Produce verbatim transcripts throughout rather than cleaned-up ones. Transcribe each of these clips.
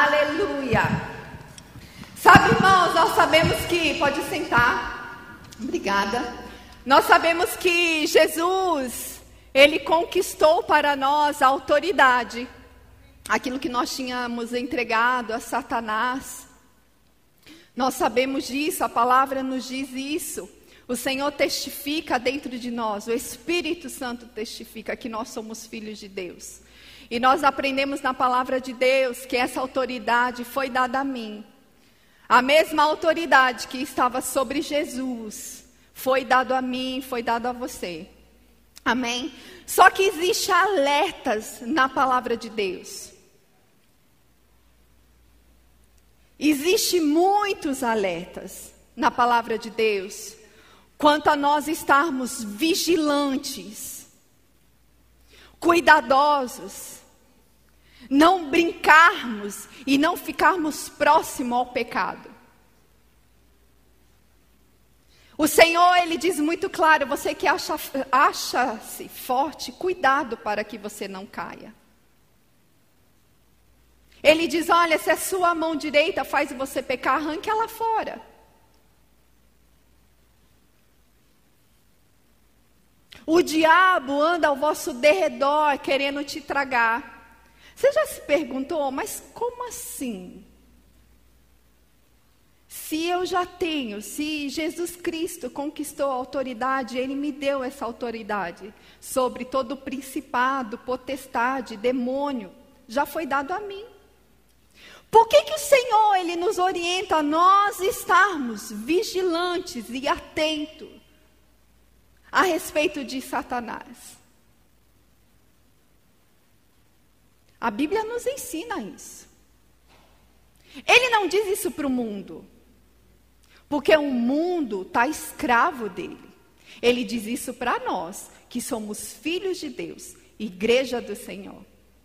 Aleluia. Sabe, irmãos, nós sabemos que... Pode sentar. Obrigada. Nós sabemos que Jesus, Ele conquistou para nós a autoridade. Aquilo que nós tínhamos entregado a Satanás. Nós sabemos disso, a palavra nos diz isso. O Senhor testifica dentro de nós, o Espírito Santo testifica que nós somos filhos de Deus. E nós aprendemos na palavra de Deus que essa autoridade foi dada a mim. A mesma autoridade que estava sobre Jesus foi dado a mim, foi dado a você. Amém? Só que existem alertas na palavra de Deus. Existem muitos alertas na palavra de Deus quanto a nós estarmos vigilantes, cuidadosos, não brincarmos e não ficarmos próximos ao pecado. O Senhor, Ele diz muito claro, você que acha, acha-se forte, cuidado para que você não caia. Ele diz, olha, se a sua mão direita faz você pecar, arranque ela fora. O diabo anda ao vosso derredor querendo te tragar. Você já se perguntou, mas como assim? Se eu já tenho, se Jesus Cristo conquistou a autoridade, Ele me deu essa autoridade sobre todo o principado, potestade, demônio, já foi dado a mim. Por que que o Senhor, Ele nos orienta a nós estarmos vigilantes e atentos a respeito de Satanás? A Bíblia nos ensina isso. Ele não diz isso para o mundo, porque o mundo está escravo dele. Ele diz isso para nós, que somos filhos de Deus, igreja do Senhor.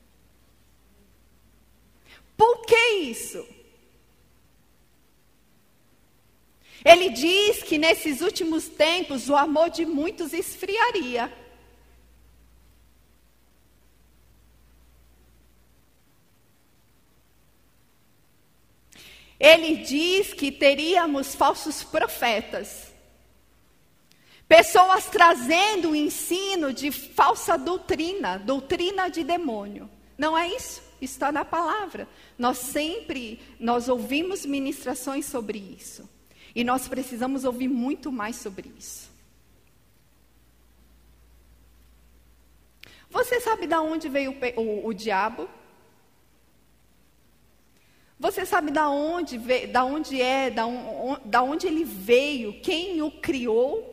Por que isso? Ele diz que nesses últimos tempos o amor de muitos esfriaria. Ele diz que teríamos falsos profetas. Pessoas trazendo o ensino de falsa doutrina, doutrina de demônio. Não é isso? Está na palavra. Nós sempre, nós ouvimos ministrações sobre isso. E nós precisamos ouvir muito mais sobre isso. Você sabe de onde veio o, o, o diabo? Você sabe de onde, veio, da onde é, da on, da onde ele veio, quem o criou?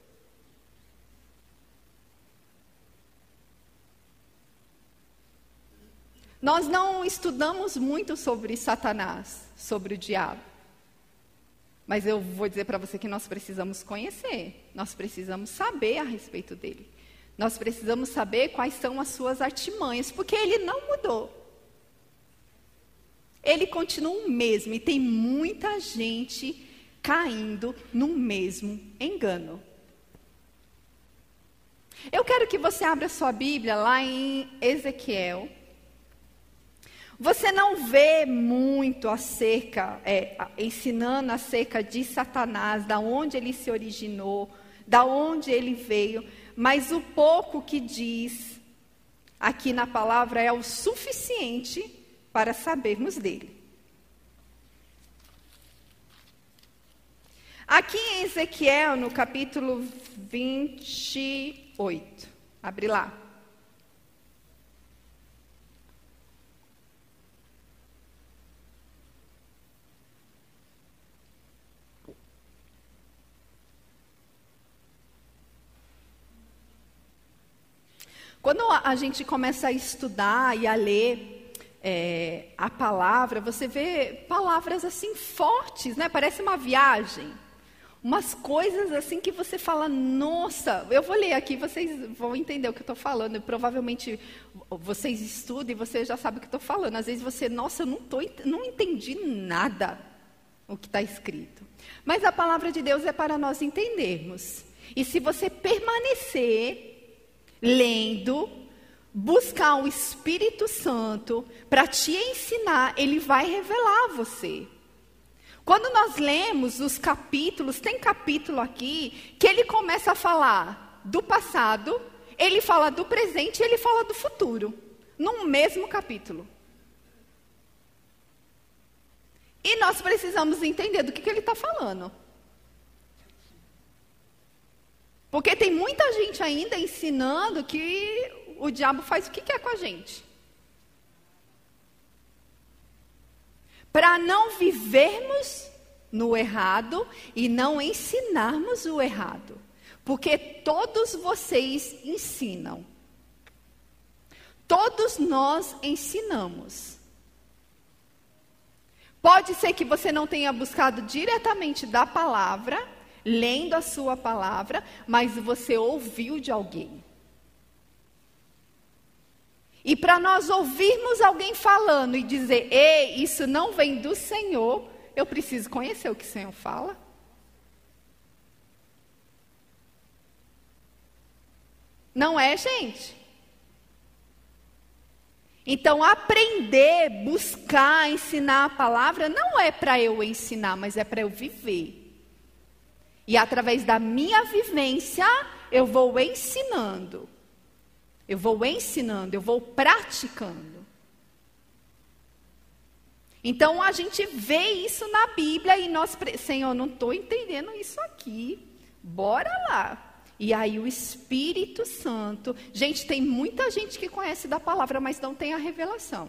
Nós não estudamos muito sobre Satanás, sobre o diabo. Mas eu vou dizer para você que nós precisamos conhecer, nós precisamos saber a respeito dele. Nós precisamos saber quais são as suas artimanhas, porque ele não mudou. Ele continua o mesmo e tem muita gente caindo no mesmo engano. Eu quero que você abra sua Bíblia lá em Ezequiel. Você não vê muito acerca, é, ensinando acerca de Satanás, da onde ele se originou, da onde ele veio, mas o pouco que diz aqui na palavra é o suficiente para sabermos dele. Aqui em Ezequiel, no capítulo vinte e oito, abre lá. Quando a gente começa a estudar e a ler é, a palavra, você vê palavras assim fortes, né? Parece uma viagem. Umas coisas assim que você fala, nossa, eu vou ler aqui, vocês vão entender o que eu estou falando. Provavelmente vocês estudam e você já sabe o que eu estou falando. Às vezes você, nossa, eu não, tô, não entendi nada o que está escrito. Mas a palavra de Deus é para nós entendermos. E se você permanecer lendo, buscar o Espírito Santo para te ensinar, ele vai revelar a você. Quando nós lemos os capítulos, tem capítulo aqui que ele começa a falar do passado, ele fala do presente e ele fala do futuro, num mesmo capítulo. E nós precisamos entender do que, que ele está falando. Porque tem muita gente ainda ensinando que o diabo faz o que quer com a gente. Para não vivermos no errado e não ensinarmos o errado. Porque todos vocês ensinam. Todos nós ensinamos. Pode ser que você não tenha buscado diretamente da palavra, lendo a sua palavra, mas você ouviu de alguém. E para nós ouvirmos alguém falando e dizer, ei, isso não vem do Senhor, eu preciso conhecer o que o Senhor fala. Não é, gente? Então, aprender, buscar, ensinar a palavra, não é para eu ensinar, mas é para eu viver. E através da minha vivência, eu vou ensinando. Eu vou ensinando, eu vou praticando. Então, a gente vê isso na Bíblia e nós, Senhor, não estou entendendo isso aqui. Bora lá. E aí o Espírito Santo... Gente, tem muita gente que conhece da palavra, mas não tem a revelação.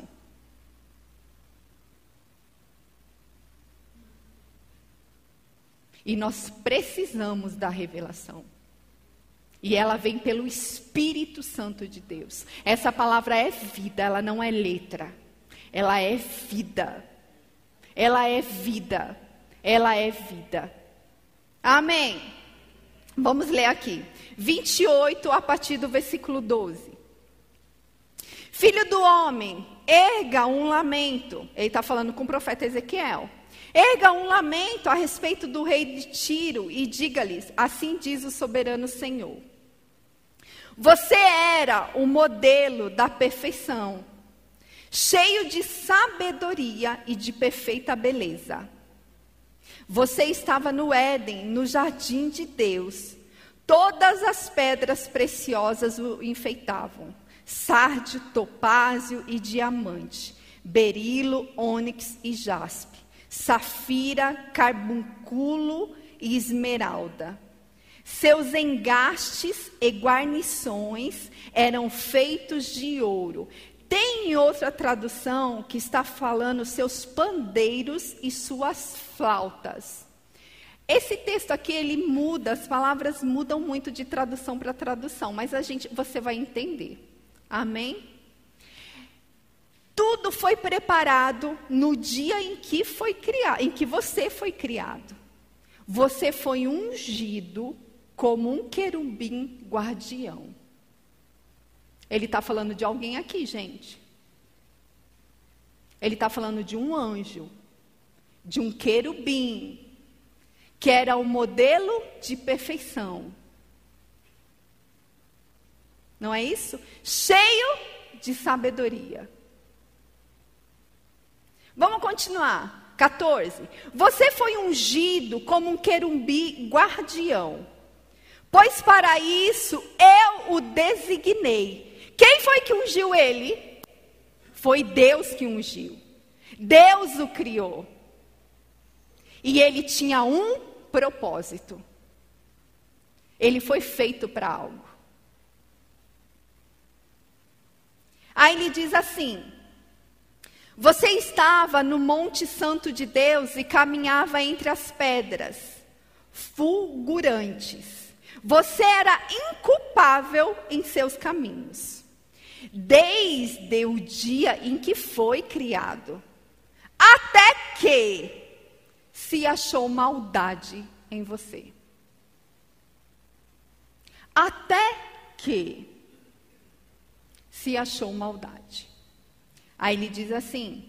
E nós precisamos da revelação. E ela vem pelo Espírito Santo de Deus. Essa palavra é vida, ela não é letra. Ela é vida. Ela é vida. Ela é vida. Amém. Vamos ler aqui. vinte e oito, a partir do versículo doze. Filho do homem, erga um lamento. Ele está falando com o profeta Ezequiel. Erga um lamento a respeito do rei de Tiro e diga-lhes, assim diz o soberano Senhor. Você era o modelo da perfeição, cheio de sabedoria e de perfeita beleza. Você estava no Éden, no jardim de Deus. Todas as pedras preciosas o enfeitavam. Sárdio, topázio e diamante. Berilo, ônix e jaspe. Safira, carbúnculo e esmeralda. Seus engastes e guarnições eram feitos de ouro. Tem outra tradução que está falando seus pandeiros e suas flautas. Esse texto aqui, ele muda, as palavras mudam muito de tradução para tradução, mas a gente, você vai entender. Amém? Tudo foi preparado no dia em que foi criado, em que você foi criado. Você foi ungido como um querubim guardião. Ele está falando de alguém aqui, gente. Ele está falando de um anjo, de um querubim, que era o modelo de perfeição. Não é isso? Cheio de sabedoria. Vamos continuar. quatorze. Você foi ungido como um querubim guardião, pois para isso eu o designei. Quem foi que ungiu ele? Foi Deus que ungiu. Deus o criou. E ele tinha um propósito. Ele foi feito para algo. Aí ele diz assim: você estava no Monte Santo de Deus e caminhava entre as pedras fulgurantes. Você era inculpável em seus caminhos, desde o dia em que foi criado, até que se achou maldade em você. Até que se achou maldade. Aí ele diz assim: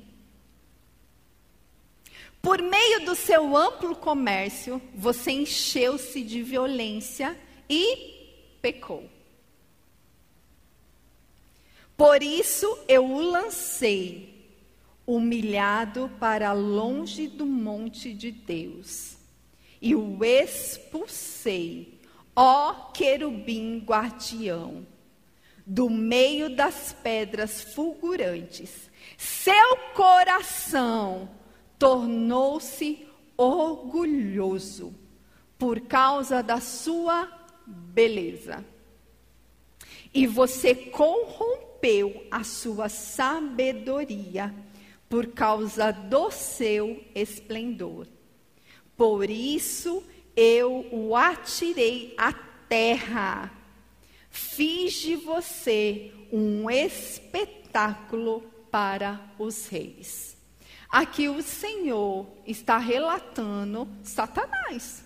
por meio do seu amplo comércio, você encheu-se de violência e pecou. Por isso eu o lancei, humilhado para longe do monte de Deus, e o expulsei, ó querubim guardião, do meio das pedras fulgurantes. Seu coração tornou-se orgulhoso por causa da sua beleza. E você corrompeu a sua sabedoria por causa do seu esplendor. Por isso eu o atirei à terra. Fiz de você um espetáculo para os reis. Aqui o Senhor está relatando Satanás,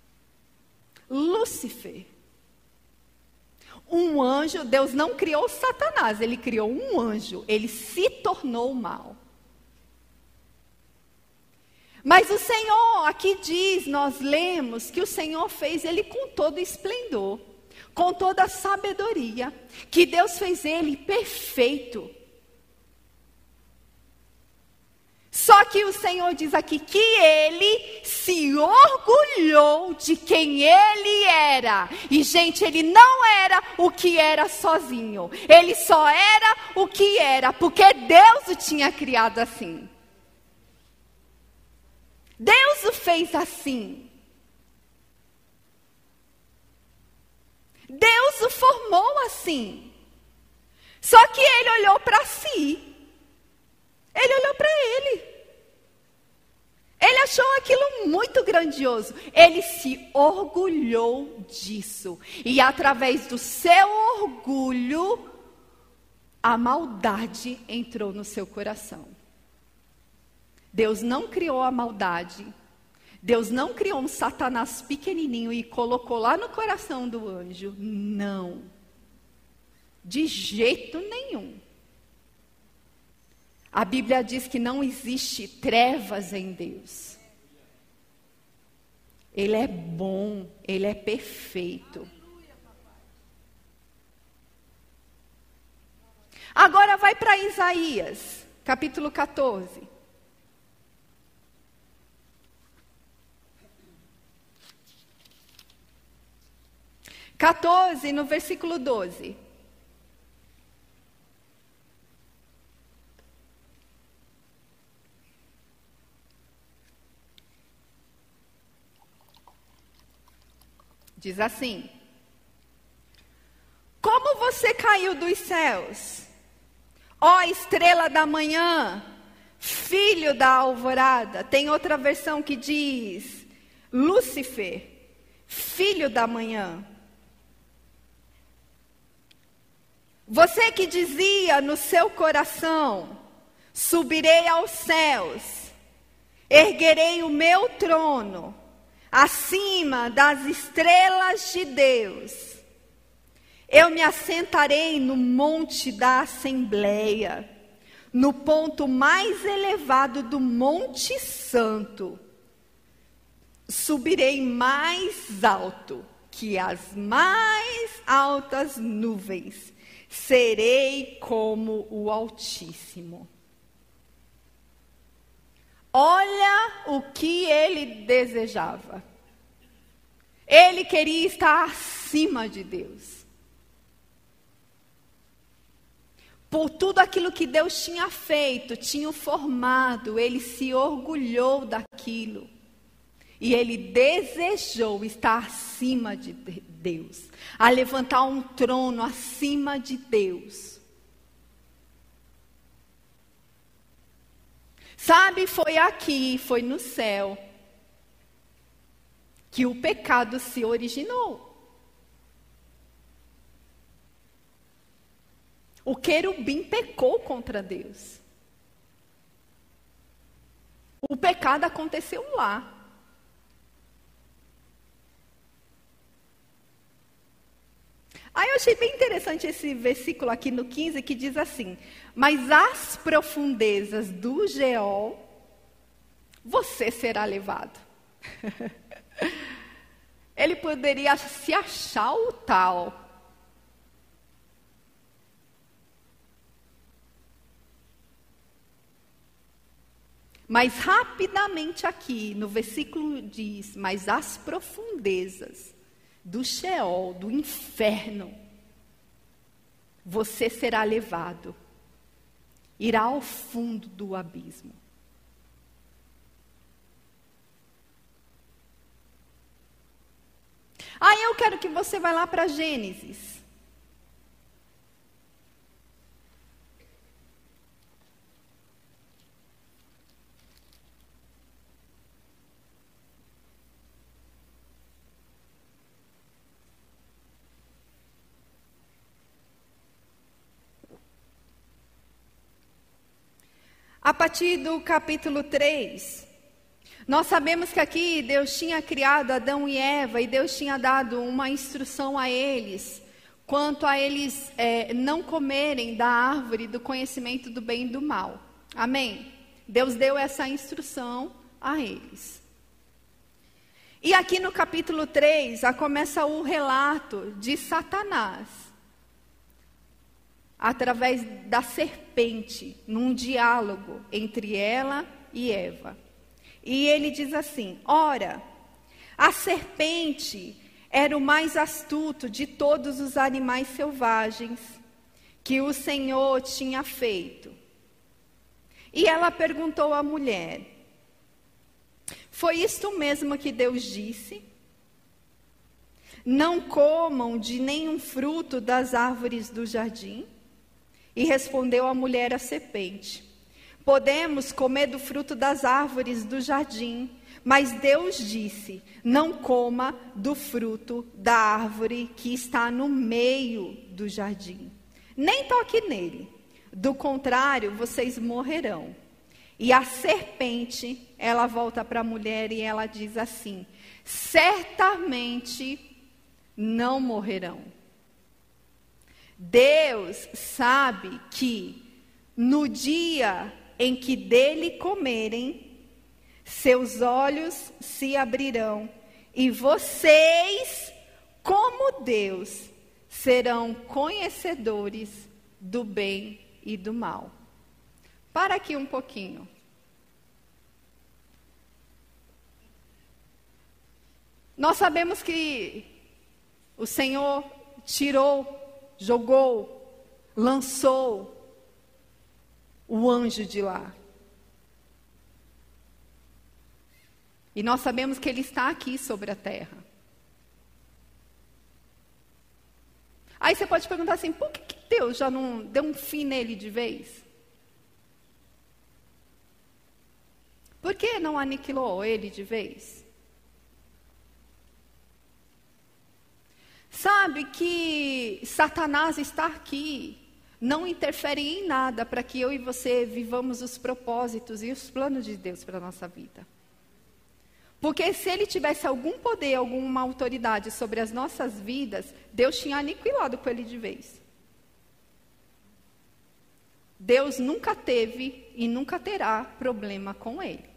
Lúcifer. Um anjo, Deus não criou Satanás, ele criou um anjo, ele se tornou mal. Mas o Senhor, aqui diz, nós lemos que o Senhor fez ele com todo esplendor, com toda a sabedoria, que Deus fez ele perfeito. Só que o Senhor diz aqui que ele se orgulhou de quem ele era. E, gente, ele não era o que era sozinho. Ele só era o que era, porque Deus o tinha criado assim. Deus o fez assim. Deus o formou assim. Só que ele olhou para si. Ele olhou para ele. Ele achou aquilo muito grandioso. Ele se orgulhou disso. E através do seu orgulho, a maldade entrou no seu coração. Deus não criou a maldade. Deus não criou um Satanás pequenininho e colocou lá no coração do anjo. Não. De jeito nenhum. A Bíblia diz que não existe trevas em Deus. Ele é bom, ele é perfeito. Agora vai para Isaías, capítulo quatorze. quatorze, no versículo doze. Diz assim: como você caiu dos céus, ó estrela da manhã, filho da alvorada. Tem outra versão que diz Lúcifer, filho da manhã. Você que dizia no seu coração: subirei aos céus, erguerei o meu trono acima das estrelas de Deus. Eu me assentarei no monte da Assembleia, no ponto mais elevado do Monte Santo. Subirei mais alto que as mais altas nuvens. Serei como o Altíssimo. Olha o que ele desejava. Ele queria estar acima de Deus. Por tudo aquilo que Deus tinha feito, tinha formado, ele se orgulhou daquilo. E ele desejou estar acima de Deus, a levantar um trono acima de Deus. Sabe, foi aqui, foi no céu, que o pecado se originou. O querubim pecou contra Deus. O pecado aconteceu lá. Aí eu achei bem interessante esse versículo aqui no quinze, que diz assim: mas às profundezas do Sheol, você será levado. Ele poderia se achar o tal. Mas rapidamente aqui, no versículo diz, mas as profundezas do Sheol, do inferno, você será levado, irá ao fundo do abismo. Aí eu quero que você vá lá para Gênesis. A partir do capítulo três, nós sabemos que aqui Deus tinha criado Adão e Eva e Deus tinha dado uma instrução a eles, quanto a eles é, não comerem da árvore do conhecimento do bem e do mal. Amém? Deus deu essa instrução a eles. E aqui no capítulo três, começa o relato de Satanás, através da serpente, num diálogo entre ela e Eva. E ele diz assim: ora, a serpente era o mais astuto de todos os animais selvagens que o Senhor tinha feito. E ela perguntou à mulher: foi isto mesmo que Deus disse? Não comam de nenhum fruto das árvores do jardim? E respondeu a mulher à serpente: podemos comer do fruto das árvores do jardim, mas Deus disse: não coma do fruto da árvore que está no meio do jardim. Nem toque nele, do contrário, vocês morrerão. E a serpente, ela volta para a mulher e ela diz assim: certamente não morrerão. Deus sabe que no dia em que dele comerem, seus olhos se abrirão e vocês, como Deus, serão conhecedores do bem e do mal. Para aqui um pouquinho. Nós sabemos que o Senhor tirou, jogou, lançou o anjo de lá. E nós sabemos que ele está aqui sobre a terra. Aí você pode perguntar assim: por que, que Deus já não deu um fim nele de vez? Por que não aniquilou ele de vez? Sabe que Satanás está aqui, não interfere em nada para que eu e você vivamos os propósitos e os planos de Deus para a nossa vida. Porque se ele tivesse algum poder, alguma autoridade sobre as nossas vidas, Deus tinha aniquilado com ele de vez. Deus nunca teve e nunca terá problema com ele.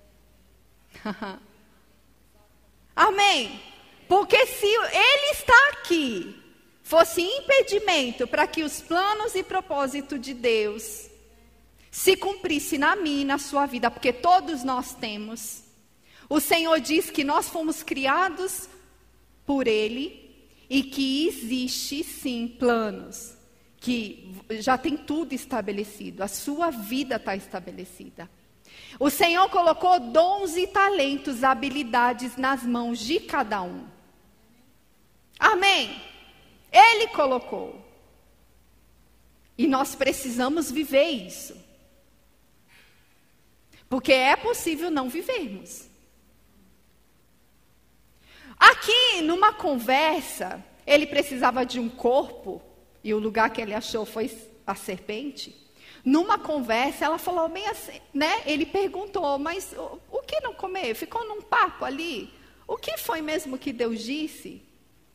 Amém? Porque se ele está aqui, fosse impedimento para que os planos e propósitos de Deus se cumprisse na minha e na sua vida, porque todos nós temos. O Senhor diz que nós fomos criados por Ele e que existe sim planos, que já tem tudo estabelecido, a sua vida está estabelecida. O Senhor colocou dons e talentos, habilidades nas mãos de cada um. Amém? Ele colocou. E nós precisamos viver isso. Porque é possível não vivermos. Aqui, numa conversa, ele precisava de um corpo, e o lugar que ele achou foi a serpente. Numa conversa, ela falou bem assim, né? Ele perguntou, mas o, o que não comer? Ficou num papo ali. O que foi mesmo que Deus disse?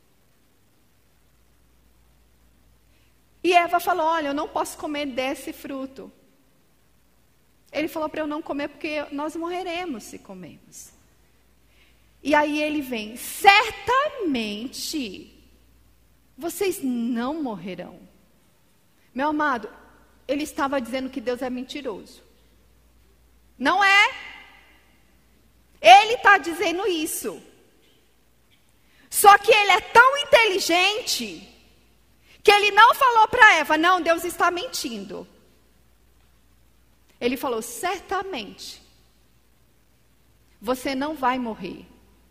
E Eva falou: olha, eu não posso comer desse fruto. Ele falou para eu não comer porque nós morreremos se comermos. E aí ele vem: certamente vocês não morrerão. Meu amado, ele estava dizendo que Deus é mentiroso. Não é. Ele está dizendo isso. Só que ele é tão inteligente que ele não falou para Eva, não, Deus está mentindo. Ele falou, certamente, você não vai morrer.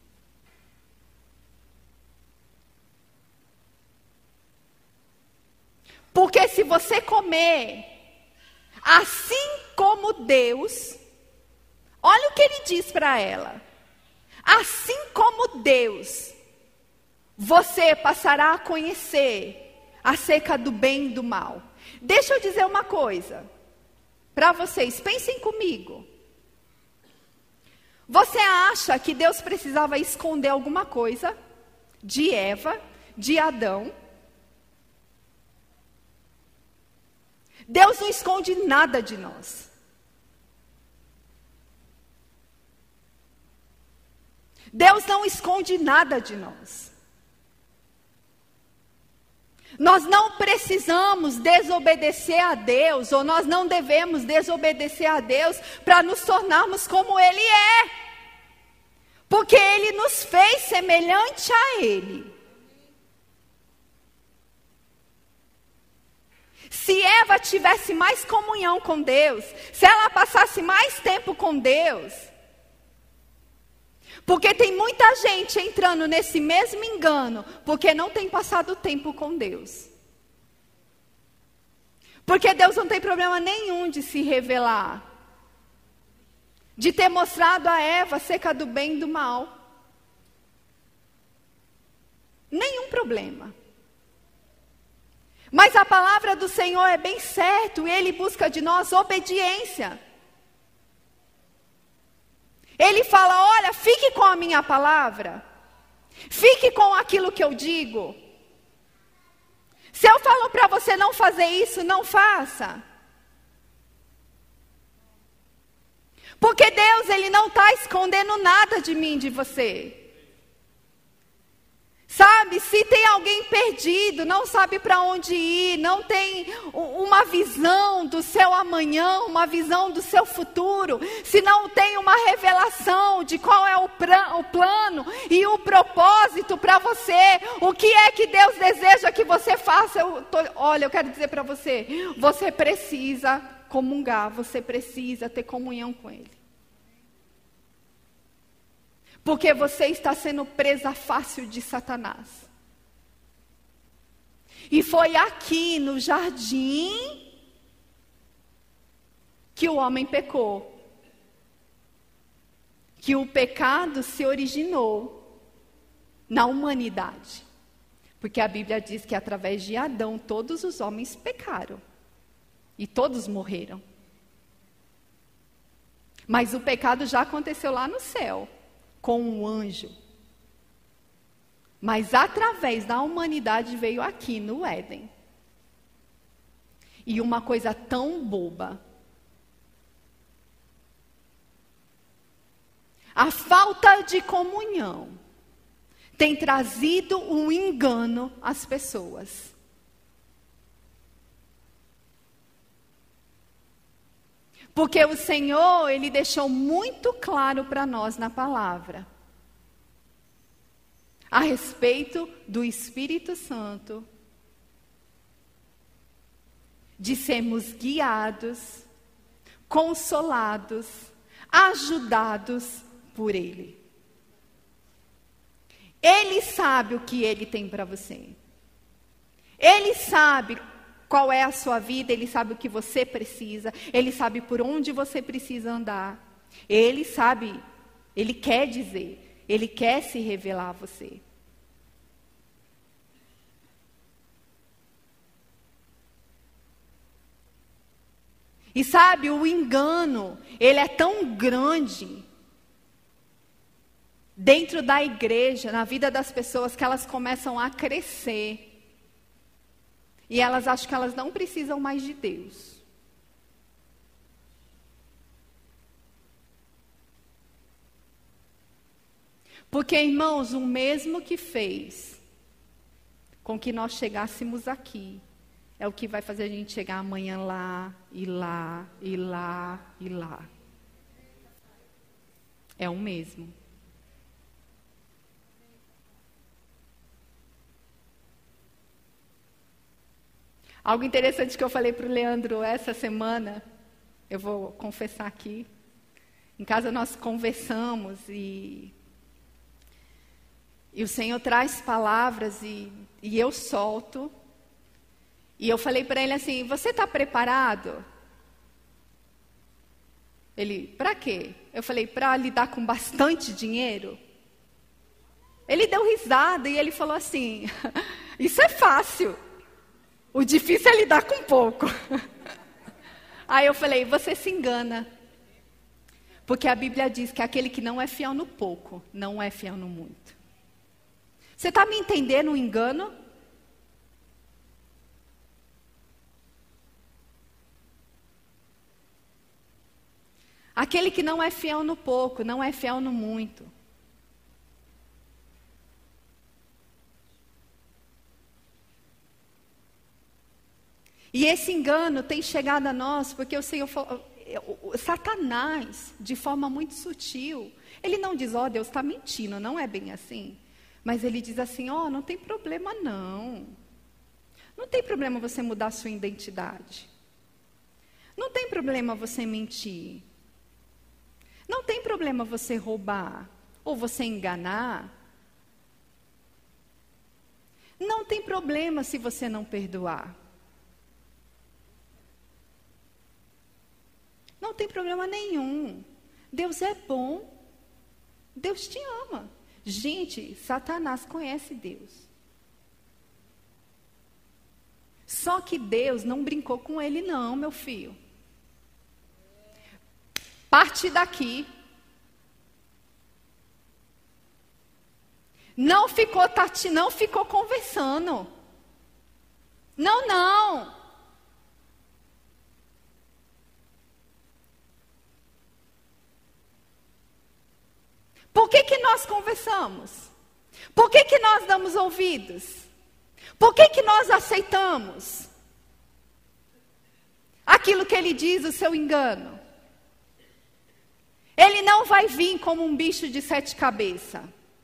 Porque se você comer, assim como Deus, olha o que ele diz para ela. Assim como Deus, você passará a conhecer acerca do bem e do mal. Deixa eu dizer uma coisa para vocês, pensem comigo. Você acha que Deus precisava esconder alguma coisa de Eva, de Adão? Deus não esconde nada de nós. Deus não esconde nada de nós. Nós não precisamos desobedecer a Deus, ou nós não devemos desobedecer a Deus para nos tornarmos como Ele é. Porque Ele nos fez semelhante a Ele. Se Eva tivesse mais comunhão com Deus, se ela passasse mais tempo com Deus, porque tem muita gente entrando nesse mesmo engano, porque não tem passado tempo com Deus. Porque Deus não tem problema nenhum de se revelar, de ter mostrado a Eva acerca do bem e do mal. Nenhum problema. Mas a palavra do Senhor é bem certo, e Ele busca de nós obediência. Ele fala, olha, fique com a minha palavra. Fique com aquilo que eu digo. Se eu falo para você não fazer isso, não faça. Porque Deus, Ele não está escondendo nada de mim, de você. Sabe, se tem alguém perdido, não sabe para onde ir, não tem uma visão do seu amanhã, uma visão do seu futuro, se não tem uma revelação de qual é o, pra, o plano e o propósito para você, o que é que Deus deseja que você faça, eu tô, olha, eu quero dizer para você, você precisa comungar, você precisa ter comunhão com Ele. Porque você está sendo presa fácil de Satanás. E foi aqui no jardim que o homem pecou. Que o pecado se originou na humanidade. Porque a Bíblia diz que através de Adão todos os homens pecaram. E todos morreram. Mas o pecado já aconteceu lá no céu. Com um anjo. Mas através da humanidade veio aqui no Éden. E uma coisa tão boba. A falta de comunhão tem trazido um engano às pessoas. Porque o Senhor, Ele deixou muito claro para nós na palavra. A respeito do Espírito Santo. De sermos guiados, consolados, ajudados por Ele. Ele sabe o que Ele tem para você. Ele sabe qual é a sua vida, Ele sabe o que você precisa, Ele sabe por onde você precisa andar. Ele sabe, Ele quer dizer, Ele quer se revelar a você. E sabe, o engano, ele é tão grande dentro da igreja, na vida das pessoas, que elas começam a crescer. E elas acham que elas não precisam mais de Deus. Porque, irmãos, o mesmo que fez com que nós chegássemos aqui, é o que vai fazer a gente chegar amanhã lá, e lá, e lá, e lá. É o mesmo. Algo interessante que eu falei para o Leandro essa semana, eu vou confessar aqui. Em casa nós conversamos e, e o Senhor traz palavras e, e eu solto. E eu falei para ele assim, você está preparado? Ele, para quê? Eu falei, para lidar com bastante dinheiro? Ele deu risada e ele falou assim, isso é fácil. O difícil é lidar com pouco. Aí eu falei, você se engana. Porque a Bíblia diz que aquele que não é fiel no pouco, não é fiel no muito. Você está me entendendo o engano? Aquele que não é fiel no pouco, não é fiel no muito. E esse engano tem chegado a nós, porque o Senhor, o Satanás, de forma muito sutil, ele não diz, ó, oh, Deus está mentindo, não é bem assim. Mas ele diz assim, ó, oh, não tem problema não. Não tem problema você mudar a sua identidade. Não tem problema você mentir. Não tem problema você roubar ou você enganar. Não tem problema se você não perdoar. Não tem problema nenhum. Deus é bom. Deus te ama. Gente, Satanás conhece Deus. Só que Deus não brincou com ele não, meu filho. Parte daqui. Não ficou tati, não ficou conversando. Não, não. Por que que nós conversamos? Por que que nós damos ouvidos? Por que que nós aceitamos aquilo que ele diz, o seu engano? Ele não vai vir como um bicho de sete cabeças.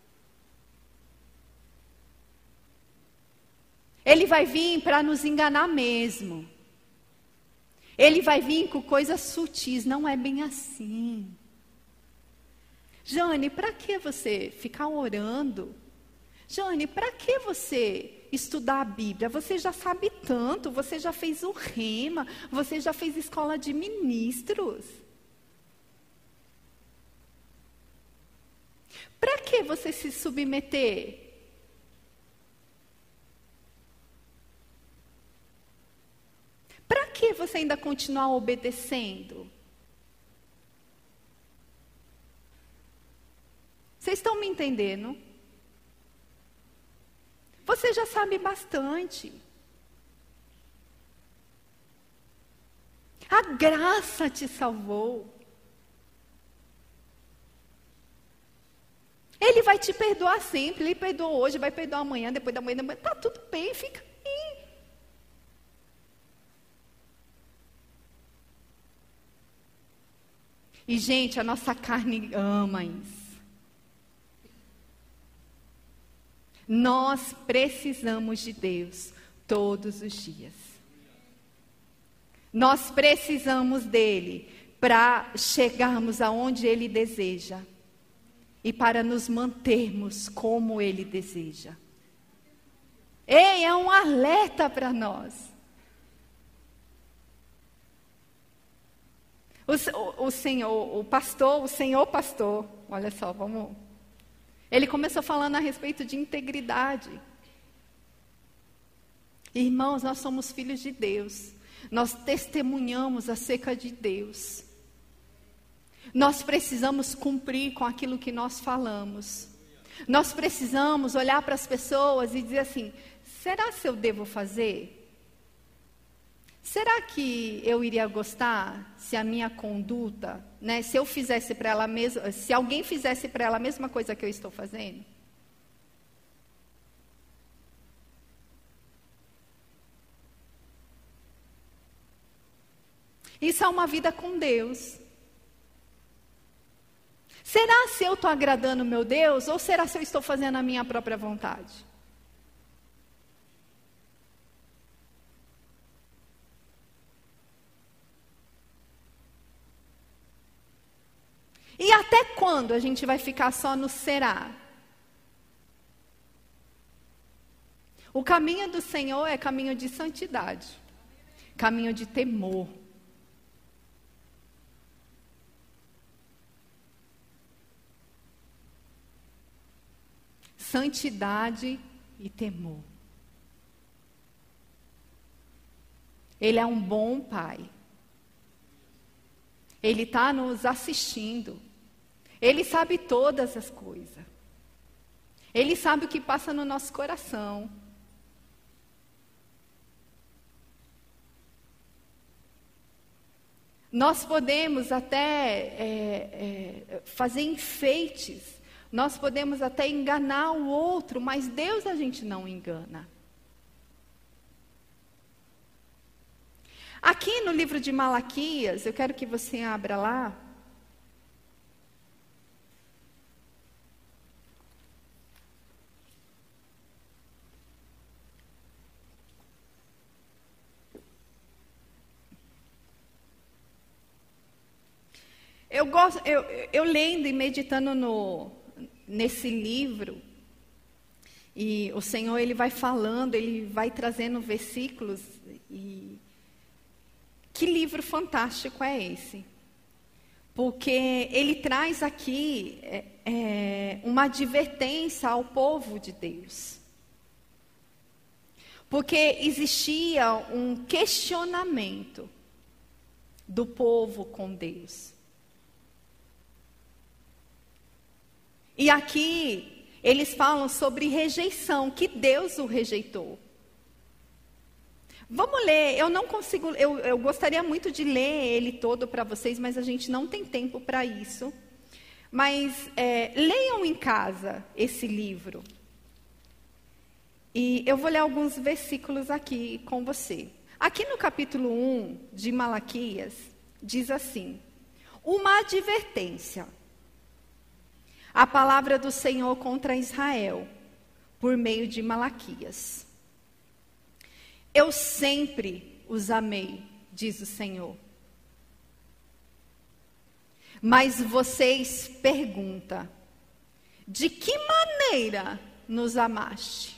Ele vai vir para nos enganar mesmo. Ele vai vir com coisas sutis, não é bem assim. Jane, para que você ficar orando? Jane, para que você estudar a Bíblia? Você já sabe tanto, você já fez o rema, você já fez escola de ministros. Para que você se submeter? Para que você ainda continuar obedecendo? Vocês estão me entendendo? Você já sabe bastante. A graça te salvou. Ele vai te perdoar sempre. Ele perdoou hoje, vai perdoar amanhã, depois da manhã, da manhã. Tá tudo bem, fica aí. E, gente, a nossa carne ama isso. Nós precisamos de Deus todos os dias. Nós precisamos dele para chegarmos aonde ele deseja. E para nos mantermos como ele deseja. Ei, é um alerta para nós. O, o, o Senhor, o pastor, o Senhor pastor, olha só, vamos... Ele começou falando a respeito de integridade. Irmãos, nós somos filhos de Deus. Nós testemunhamos acerca de Deus. Nós precisamos cumprir com aquilo que nós falamos. Nós precisamos olhar para as pessoas e dizer assim, será que eu devo fazer? Será que eu iria gostar se a minha conduta, né, se eu fizesse para ela mesma, se alguém fizesse para ela a mesma coisa que eu estou fazendo? Isso é uma vida com Deus. Será se eu estou agradando meu Deus ou será se eu estou fazendo a minha própria vontade? E até quando a gente vai ficar só no será? O caminho do Senhor é caminho de santidade, caminho de temor. Santidade e temor. Ele é um bom pai. Ele está nos assistindo. Ele sabe todas as coisas. Ele sabe o que passa no nosso coração. Nós podemos até é, é, fazer enfeites. Nós podemos até enganar o outro, mas Deus a gente não engana. Aqui no livro de Malaquias, eu quero que você abra lá. Eu gosto, eu, eu lendo e meditando no, nesse livro, e o Senhor ele vai falando, ele vai trazendo versículos e que livro fantástico é esse? Porque ele traz aqui é, é, uma advertência ao povo de Deus. Porque existia um questionamento do povo com Deus. E aqui eles falam sobre rejeição, que Deus o rejeitou. Vamos ler, eu não consigo, eu, eu gostaria muito de ler ele todo para vocês, mas a gente não tem tempo para isso. Mas é, leiam em casa esse livro. E eu vou ler alguns versículos aqui com você. Aqui no capítulo um de Malaquias, diz assim: uma advertência. A palavra do Senhor contra Israel, por meio de Malaquias. Eu sempre os amei, diz o Senhor. Mas vocês perguntam, de que maneira nos amaste?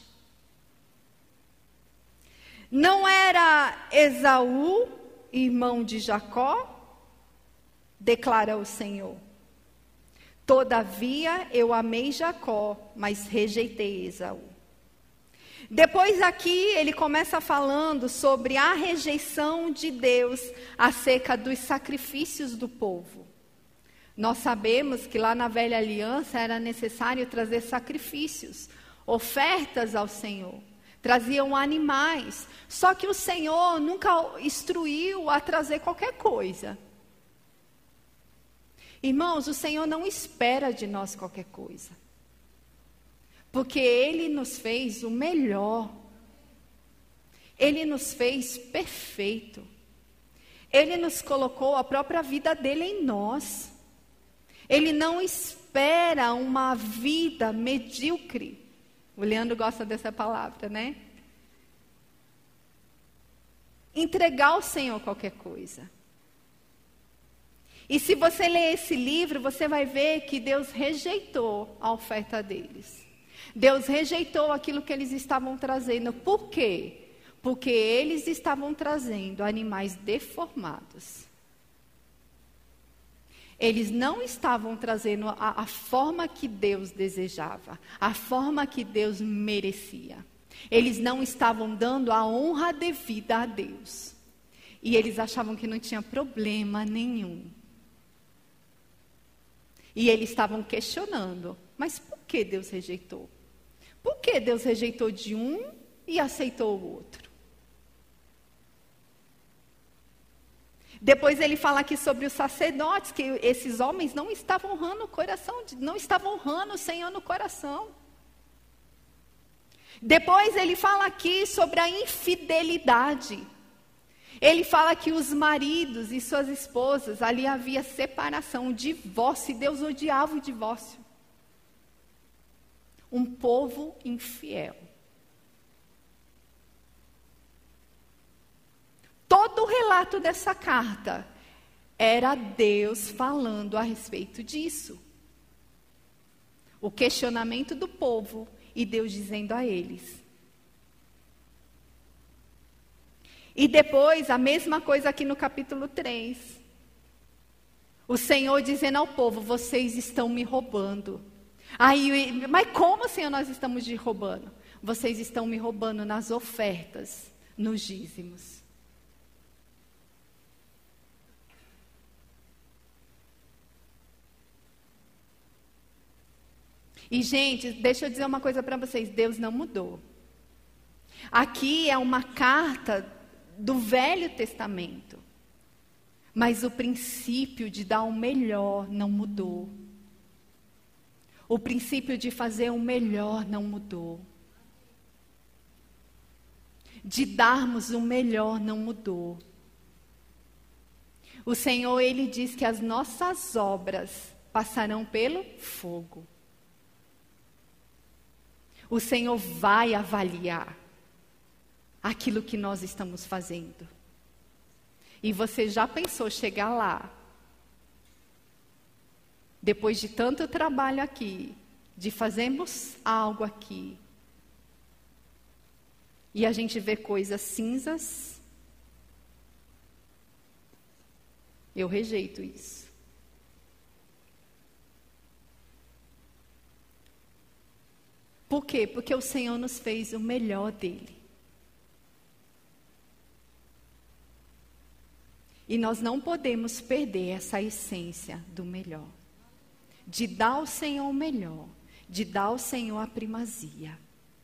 Não era Esaú, irmão de Jacó? Declara o Senhor. Todavia eu amei Jacó, mas rejeitei Esaú. Depois aqui ele começa falando sobre a rejeição de Deus acerca dos sacrifícios do povo. Nós sabemos que lá na velha aliança era necessário trazer sacrifícios, ofertas ao Senhor. Traziam animais, só que o Senhor nunca instruiu a trazer qualquer coisa. Irmãos, o Senhor não espera de nós qualquer coisa. Porque Ele nos fez o melhor. Ele nos fez perfeito. Ele nos colocou a própria vida dele em nós. Ele não espera uma vida medíocre. O Leandro gosta dessa palavra, né? Entregar ao Senhor qualquer coisa. E se você ler esse livro, você vai ver que Deus rejeitou a oferta deles. Deus rejeitou aquilo que eles estavam trazendo. Por quê? Porque eles estavam trazendo animais deformados. Eles não estavam trazendo a, a forma que Deus desejava, a forma que Deus merecia. Eles não estavam dando a honra devida a Deus. E eles achavam que não tinha problema nenhum. E eles estavam questionando, mas por que Deus rejeitou? Por que Deus rejeitou de um e aceitou o outro? Depois ele fala aqui sobre os sacerdotes, que esses homens não estavam honrando o coração, não estavam honrando o Senhor no coração. Depois ele fala aqui sobre a infidelidade. Ele fala que os maridos e suas esposas, ali havia separação, divórcio, e Deus odiava o divórcio. Um povo infiel. Todo o relato dessa carta era Deus falando a respeito disso. O questionamento do povo e Deus dizendo a eles. E depois, a mesma coisa aqui no capítulo três. O Senhor dizendo ao povo, vocês estão me roubando. Aí, mas como, Senhor, nós estamos te roubando? Vocês estão me roubando nas ofertas, nos dízimos. E, gente, deixa eu dizer uma coisa para vocês, Deus não mudou. Aqui é uma carta do Velho Testamento, mas o princípio de dar o melhor não mudou. O princípio de fazer o melhor não mudou. De darmos o melhor não mudou. O Senhor, Ele diz que as nossas obras passarão pelo fogo. O Senhor vai avaliar aquilo que nós estamos fazendo. E você já pensou chegar lá, depois de tanto trabalho aqui, de fazermos algo aqui, e a gente vê coisas cinzas? Eu rejeito isso. Por quê? Porque o Senhor nos fez o melhor dele. E nós não podemos perder essa essência do melhor. De dar ao Senhor o melhor. De dar ao Senhor a primazia.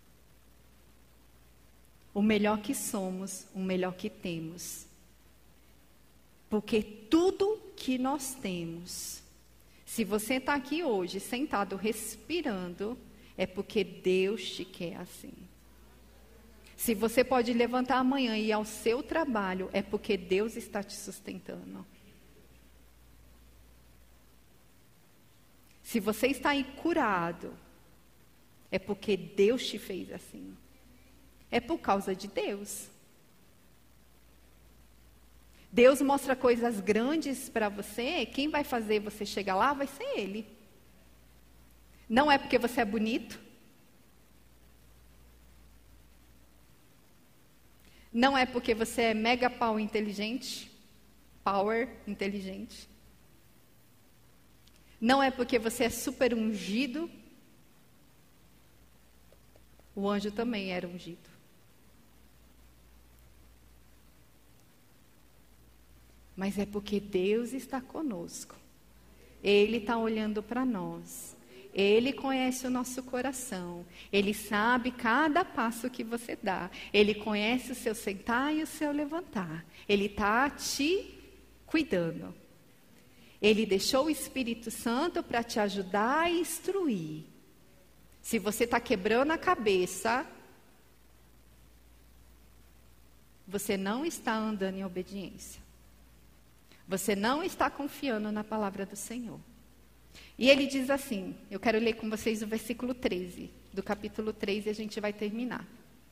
O melhor que somos, o melhor que temos. Porque tudo que nós temos, se você está aqui hoje, sentado, respirando, é porque Deus te quer assim. Se você pode levantar amanhã e ir ao seu trabalho, é porque Deus está te sustentando. Se você está aí curado, é porque Deus te fez assim. É por causa de Deus. Deus mostra coisas grandes para você, quem vai fazer você chegar lá vai ser Ele. Não é porque você é bonito. Não é porque você é mega power inteligente. Power inteligente. Não é porque você é super ungido. O anjo também era ungido. Mas é porque Deus está conosco. Ele está olhando para nós. Ele conhece o nosso coração. Ele sabe cada passo que você dá. Ele conhece o seu sentar e o seu levantar. Ele está te cuidando. Ele deixou o Espírito Santo para te ajudar e instruir. Se você está quebrando a cabeça, você não está andando em obediência. Você não está confiando na palavra do Senhor. E ele diz assim, eu quero ler com vocês o versículo treze, do capítulo três, e a gente vai terminar.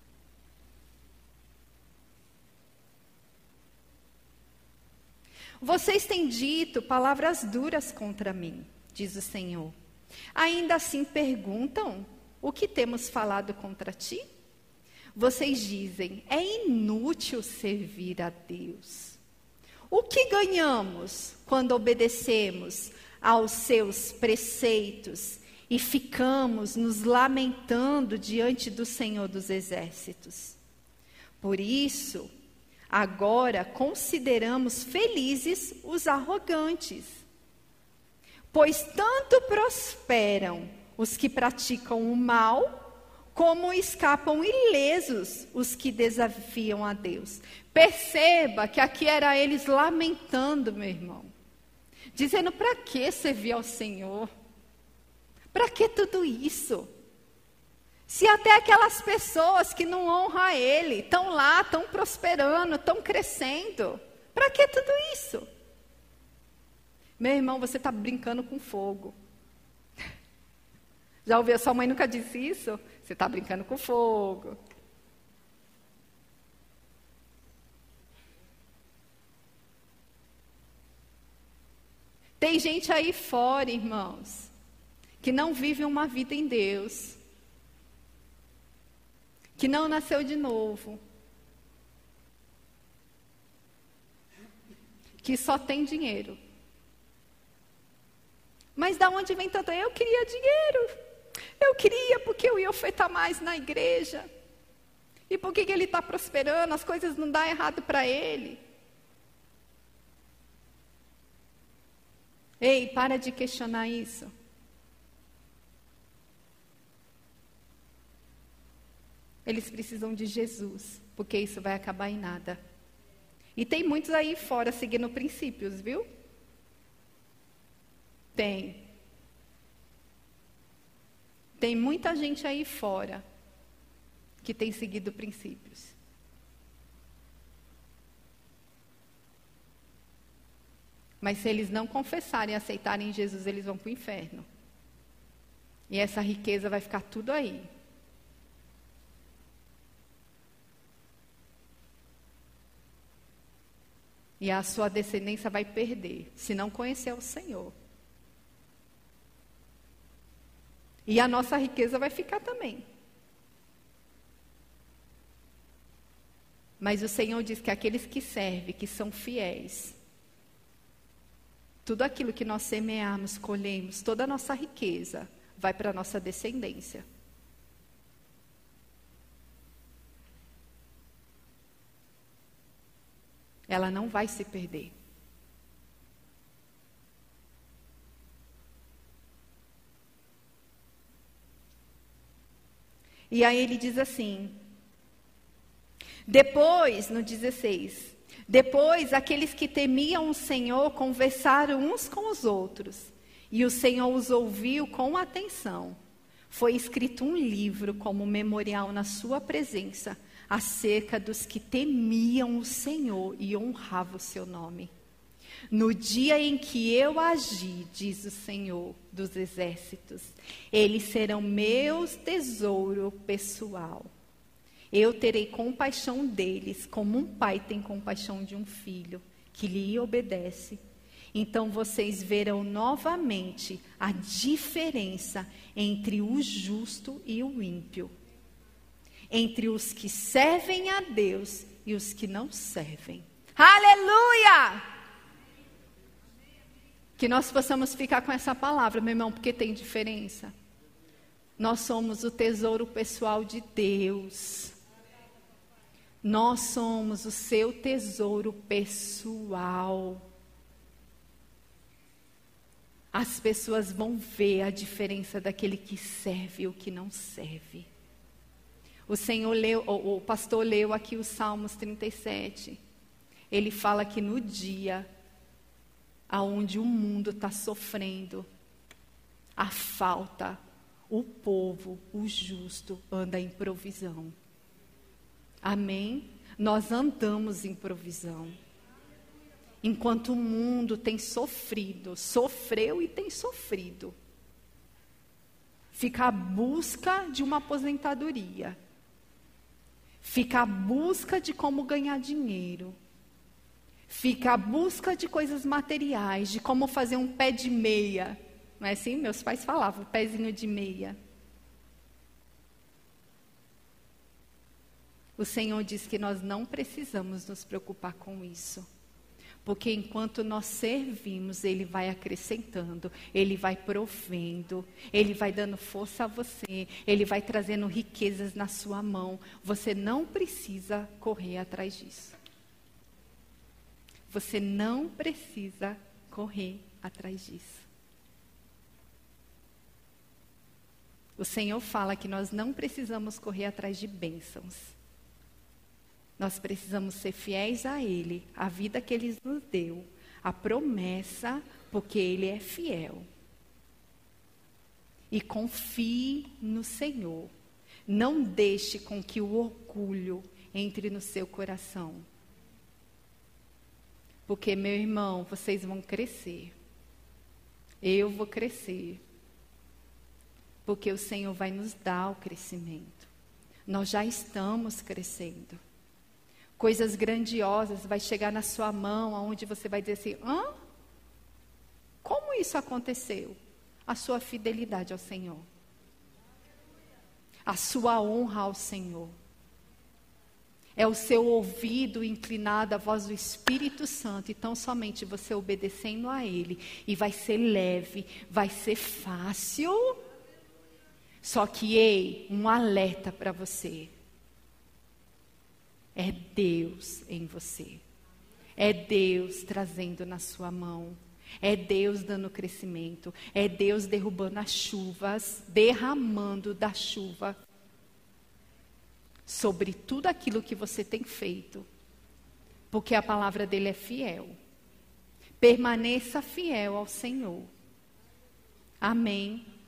Vocês têm dito palavras duras contra mim, diz o Senhor. Ainda assim perguntam, o que temos falado contra ti? Vocês dizem, é inútil servir a Deus. O que ganhamos quando obedecemos aos seus preceitos e ficamos nos lamentando diante do Senhor dos Exércitos? Por isso, agora consideramos felizes os arrogantes, pois tanto prosperam os que praticam o mal, como escapam ilesos os que desafiam a Deus. Perceba que aqui era eles lamentando, meu irmão. Dizendo, para que servir ao Senhor? Para que tudo isso? Se até aquelas pessoas que não honram a Ele estão lá, estão prosperando, estão crescendo, para que tudo isso? Meu irmão, você está brincando com fogo. Já ouviu? Sua mãe nunca disse isso? Você está brincando com fogo. Tem gente aí fora, irmãos, que não vive uma vida em Deus, que não nasceu de novo, que só tem dinheiro. Mas da onde vem tanto? Eu queria dinheiro. Eu queria porque eu ia ofertar mais na igreja. E por que ele está prosperando? As coisas não dão errado para ele. Ei, para de questionar isso. Eles precisam de Jesus, porque isso vai acabar em nada. E tem muitos aí fora seguindo princípios, viu? Tem. Tem muita gente aí fora que tem seguido princípios. Mas se eles não confessarem e aceitarem Jesus, eles vão para o inferno. E essa riqueza vai ficar tudo aí. E a sua descendência vai perder, se não conhecer o Senhor. E a nossa riqueza vai ficar também. Mas o Senhor diz que aqueles que servem, que são fiéis, tudo aquilo que nós semearmos, colhemos, toda a nossa riqueza, vai para a nossa descendência. Ela não vai se perder. E aí ele diz assim, depois, no dezesseis, depois aqueles que temiam o Senhor conversaram uns com os outros, e o Senhor os ouviu com atenção. Foi escrito um livro como memorial na sua presença, acerca dos que temiam o Senhor e honravam o seu nome. No dia em que eu agi, diz o Senhor dos exércitos, eles serão meus tesouro pessoal. Eu terei compaixão deles, como um pai tem compaixão de um filho, que lhe obedece. Então vocês verão novamente a diferença entre o justo e o ímpio, entre os que servem a Deus e os que não servem. Aleluia! Que nós possamos ficar com essa palavra, meu irmão, porque tem diferença. Nós somos o tesouro pessoal de Deus. Nós somos o seu tesouro pessoal. As pessoas vão ver a diferença daquele que serve e o que não serve. O Senhor leu, o, o pastor leu aqui os Salmos trinta e sete. Ele fala que no dia aonde o mundo está sofrendo a falta, o povo, o justo, anda em provisão. Amém? Nós andamos em provisão. Enquanto o mundo tem sofrido, sofreu e tem sofrido. Fica à busca de uma aposentadoria. Fica à busca de como ganhar dinheiro. Fica à busca de coisas materiais, de como fazer um pé de meia. Não é assim? Meus pais falavam, pezinho de meia. O Senhor diz que nós não precisamos nos preocupar com isso. Porque enquanto nós servimos, Ele vai acrescentando, Ele vai provendo, Ele vai dando força a você, Ele vai trazendo riquezas na sua mão. Você não precisa correr atrás disso. Você não precisa correr atrás disso. O Senhor fala que nós não precisamos correr atrás de bênçãos. Nós precisamos ser fiéis a Ele, a vida que Ele nos deu, a promessa, porque Ele é fiel. E confie no Senhor. Não deixe com que o orgulho entre no seu coração. Porque, meu irmão, vocês vão crescer. Eu vou crescer. Porque o Senhor vai nos dar o crescimento. Nós já estamos crescendo. Coisas grandiosas vai chegar na sua mão, onde você vai dizer assim, hã? Como isso aconteceu? A sua fidelidade ao Senhor. A sua honra ao Senhor. É o seu ouvido inclinado à voz do Espírito Santo. E tão somente você obedecendo a Ele. E vai ser leve, vai ser fácil. Só que, ei, um alerta para você. É Deus em você. É Deus trazendo na sua mão. É Deus dando crescimento. É Deus derrubando as chuvas, derramando da chuva sobre tudo aquilo que você tem feito. Porque a palavra dele é fiel. Permaneça fiel ao Senhor. Amém.